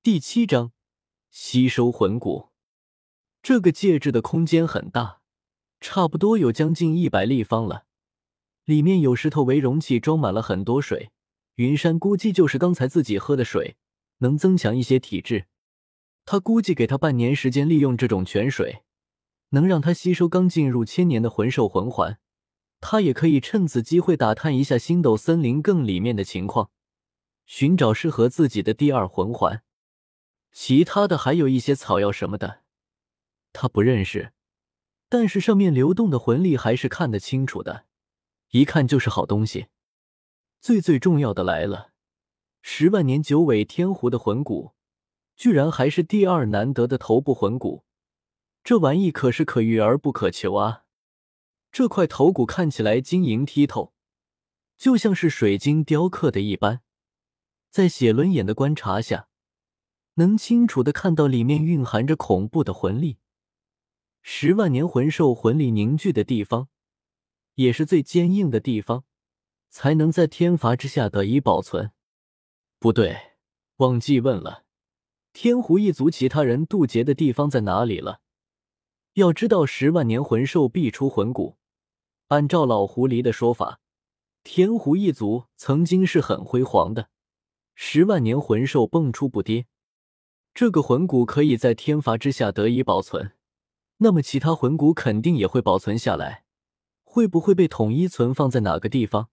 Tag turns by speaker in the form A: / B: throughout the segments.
A: 第7章吸收魂骨。这个戒指的空间很大，差不多有将近100立方了，里面有石头为容器，装满了很多水。云山估计就是刚才自己喝的水，能增强一些体质。他估计给他半年时间，利用这种泉水，能让他吸收刚进入1000年的魂兽魂环。他也可以趁此机会打探一下星斗森林更里面的情况，寻找适合自己的第2魂环。其他的还有一些草药什么的，他不认识，但是上面流动的魂力还是看得清楚的，一看就是好东西。最重要的来了，10万年9尾天狐的魂骨，居然还是第2难得的头部魂骨，这玩意可是可遇而不可求啊！这块头骨看起来晶莹剔透，就像是水晶雕刻的一般，在写轮眼的观察下，能清楚地看到里面蕴含着恐怖的魂力。10万年魂兽魂力凝聚的地方，也是最坚硬的地方，才能在天罚之下得以保存。不对，忘记问了，天狐一族其他人渡劫的地方在哪里了？要知道10万年魂兽必出魂骨，按照老狐狸的说法，天狐一族曾经是很辉煌的，10万年魂兽蹦出不跌。这个魂骨可以在天罚之下得以保存，那么其他魂骨肯定也会保存下来，会不会被统一存放在哪个地方？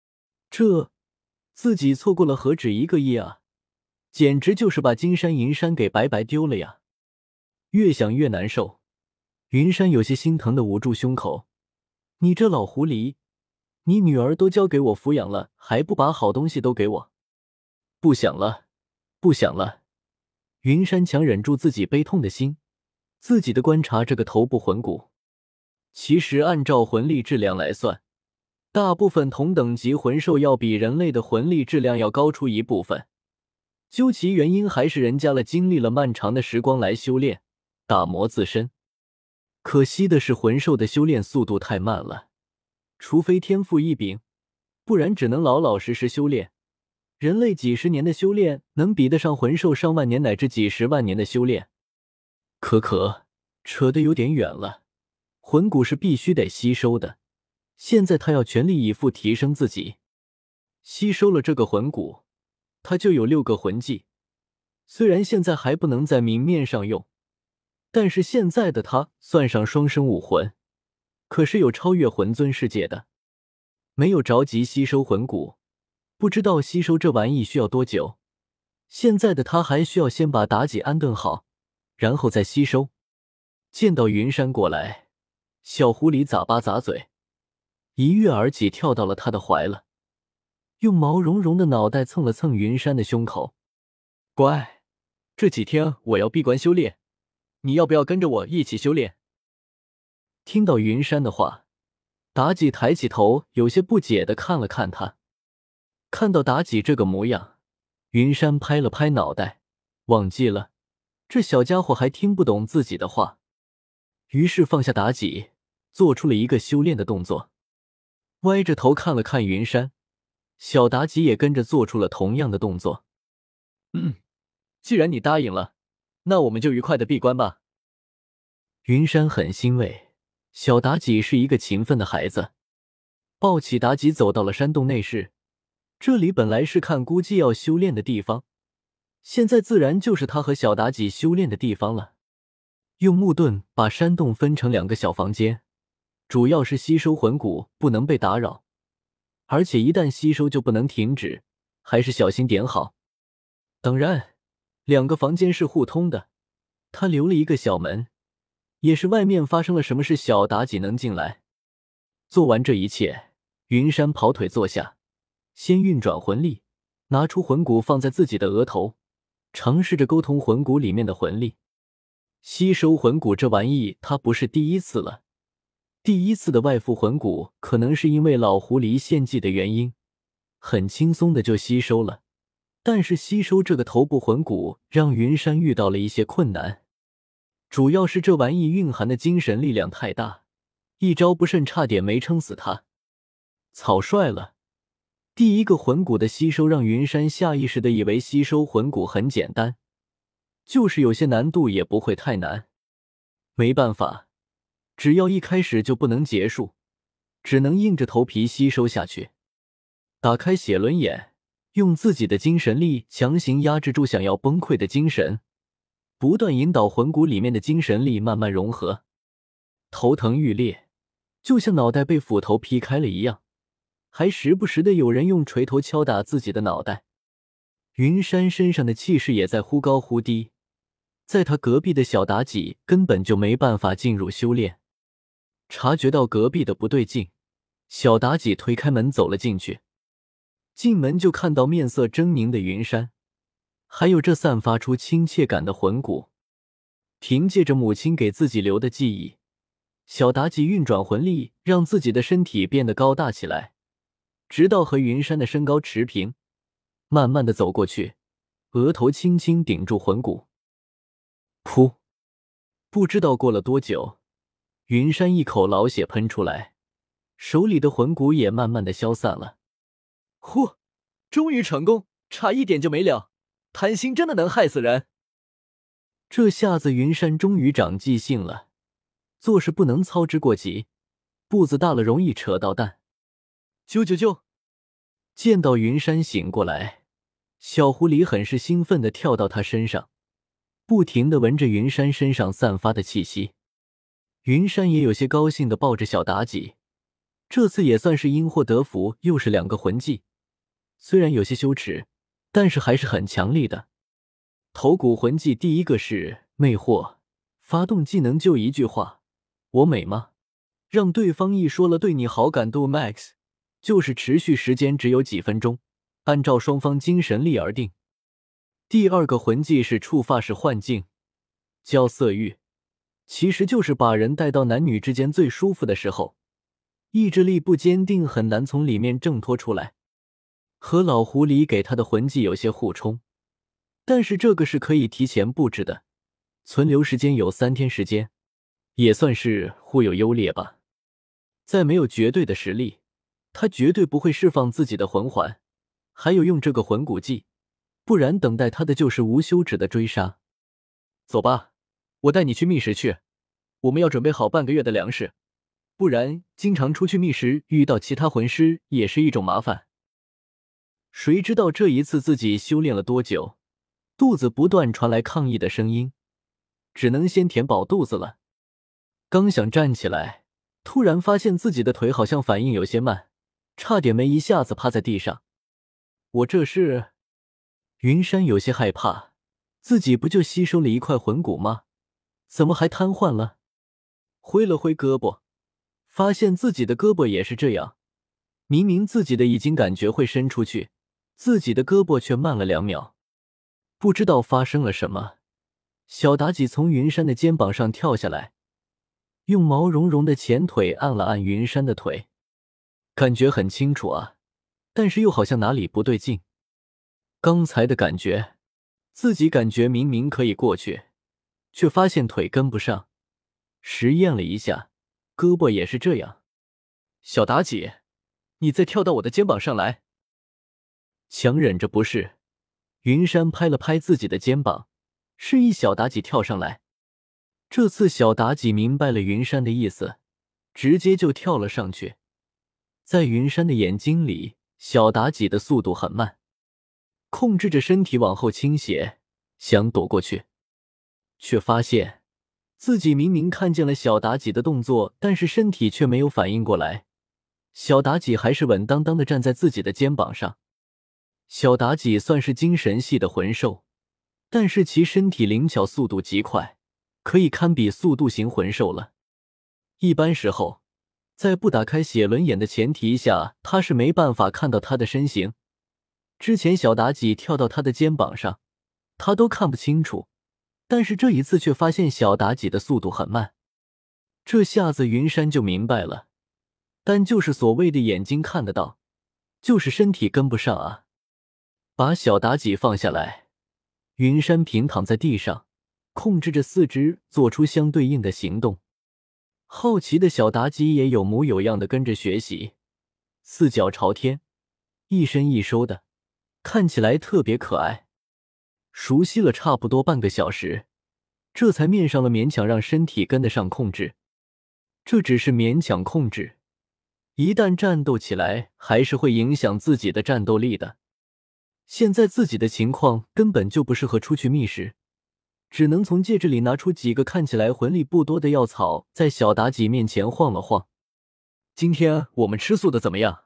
A: 自己错过了何止1个亿啊，简直就是把金山银山给白白丢了呀！越想越难受，云山有些心疼地捂住胸口，你这老狐狸，你女儿都交给我抚养了，还不把好东西都给我？不想了，不想了。云山强忍住自己悲痛的心，自己的观察这个头部魂骨。其实按照魂力质量来算，大部分同等级魂兽要比人类的魂力质量要高出一部分。究其原因，还是人家经历了漫长的时光来修炼，打磨自身。可惜的是魂兽的修炼速度太慢了，除非天赋异禀，不然只能老老实实修炼。人类几十年的修炼能比得上魂兽上万年乃至几十万年的修炼？扯得有点远了。魂骨是必须得吸收的，现在他要全力以赴提升自己。吸收了这个魂骨，他就有6个魂技，虽然现在还不能在明面上用，但是现在的他算上双生武魂，可是有超越魂尊世界的。没有着急吸收魂骨，不知道吸收这玩意需要多久。现在的他还需要先把妲己安顿好，然后再吸收。见到云山过来，小狐狸咂巴咂嘴，一跃而起跳到了他的怀了，用毛茸茸的脑袋蹭了蹭云山的胸口。乖，这几天我要闭关修炼，你要不要跟着我一起修炼？听到云山的话，妲己抬起头，有些不解地看了看他。看到妲己这个模样，云山拍了拍脑袋，忘记了，这小家伙还听不懂自己的话。于是放下妲己，做出了一个修炼的动作，歪着头看了看云山，小妲己也跟着做出了同样的动作。既然你答应了，那我们就愉快的闭关吧。云山很欣慰，小妲己是一个勤奋的孩子。抱起妲己走到了山洞内室，这里本来是看估计要修炼的地方，现在自然就是他和小妲己修炼的地方了。用木盾把山洞分成2个小房间，主要是吸收魂骨，不能被打扰，而且一旦吸收就不能停止，还是小心点好。当然，2个房间是互通的，他留了一个小门，也是外面发生了什么事小妲己能进来。做完这一切，云山跑腿坐下，先运转魂力，拿出魂骨放在自己的额头，尝试着沟通魂骨里面的魂力。吸收魂骨这玩意他不是第一次了，第一次的外附魂骨可能是因为老狐狸献祭的原因，很轻松的就吸收了，但是吸收这个头部魂骨让云山遇到了一些困难，主要是这玩意蕴含的精神力量太大，一招不慎差点没撑死他。草率了，第1个魂骨的吸收让云山下意识的以为吸收魂骨很简单， 就是有些难度也不会太难。没办法，只要一开始就不能结束，只能硬着头皮吸收下去。打开血轮眼，用自己的精神力强行压制住想要崩溃的精神，不断引导魂骨里面的精神力慢慢融合。头疼欲裂，就像脑袋被斧头劈开了一样，还时不时的有人用锤头敲打自己的脑袋。云山身上的气势也在忽高忽低，在他隔壁的小妲己根本就没办法进入修炼。察觉到隔壁的不对劲，小妲己推开门走了进去。进门就看到面色狰狞的云山，还有这散发出亲切感的魂骨。凭借着母亲给自己留的记忆，小妲己运转魂力，让自己的身体变得高大起来，直到和云山的身高持平，慢慢的走过去，额头轻轻顶住魂骨。噗！不知道过了多久，云山一口老血喷出来，手里的魂骨也慢慢的消散了。呼，终于成功，差一点就没了，贪心真的能害死人。这下子云山终于长记性了，做事不能操之过急，步子大了容易扯到蛋。啾啾啾！见到云山醒过来，小狐狸很是兴奋地跳到他身上，不停地闻着云山身上散发的气息。云山也有些高兴地抱着小妲己，这次也算是因祸得福，又是2个魂技，虽然有些羞耻，但是还是很强力的。头骨魂技第一个是魅惑，发动技能就一句话：我美吗？让对方一说了对你好感度 max， 就是持续时间只有几分钟，按照双方精神力而定。第二个魂技是触发式幻境，叫色欲，其实就是把人带到男女之间最舒服的时候，意志力不坚定很难从里面挣脱出来。和老狐狸给他的魂技有些互冲，但是这个是可以提前布置的，存留时间有3天时间，也算是互有优劣吧。在没有绝对的实力，他绝对不会释放自己的魂环，还有用这个魂骨技，不然等待他的就是无休止的追杀。走吧，我带你去觅食去，我们要准备好半个月的粮食，不然经常出去觅食遇到其他魂师也是一种麻烦。谁知道这一次自己修炼了多久，肚子不断传来抗议的声音，只能先填饱肚子了。刚想站起来，突然发现自己的腿好像反应有些慢，差点没一下子趴在地上。我这是……云山有些害怕，自己不就吸收了一块魂骨吗？怎么还瘫痪了？挥了挥胳膊，发现自己的胳膊也是这样，明明自己的已经感觉会伸出去，自己的胳膊却慢了2秒。不知道发生了什么，小妲己从云山的肩膀上跳下来，用毛茸茸的前腿按了按云山的腿，感觉很清楚啊，但是又好像哪里不对劲。刚才的感觉，自己感觉明明可以过去，却发现腿跟不上。实验了一下，胳膊也是这样。小妲己，你再跳到我的肩膀上来。强忍着不适，云山拍了拍自己的肩膀，示意小妲己跳上来。这次小妲己明白了云山的意思，直接就跳了上去。在云山的眼睛里，小妲己的速度很慢，控制着身体往后倾斜，想躲过去，却发现自己明明看见了小妲己的动作，但是身体却没有反应过来。小妲己还是稳当当的站在自己的肩膀上。小妲己算是精神系的魂兽，但是其身体灵巧，速度极快，可以堪比速度型魂兽了。一般时候，在不打开血轮眼的前提下，他是没办法看到他的身形。之前小妲己跳到他的肩膀上，他都看不清楚，但是这一次却发现小妲己的速度很慢。这下子云山就明白了，但就是所谓的眼睛看得到，就是身体跟不上啊。把小妲己放下来，云山平躺在地上，控制着四肢做出相对应的行动。好奇的小妲己也有模有样的跟着学习，四脚朝天，一伸一收的，看起来特别可爱。 熟悉了差不多半个小时，这才面上了勉强让身体跟得上控制。这只是勉强控制，一旦战斗起来，还是会影响自己的战斗力的。现在自己的情况根本就不适合出去觅食，只能从戒指里拿出几个看起来魂力不多的药草，在小妲己面前晃了晃。今天我们吃素的怎么样？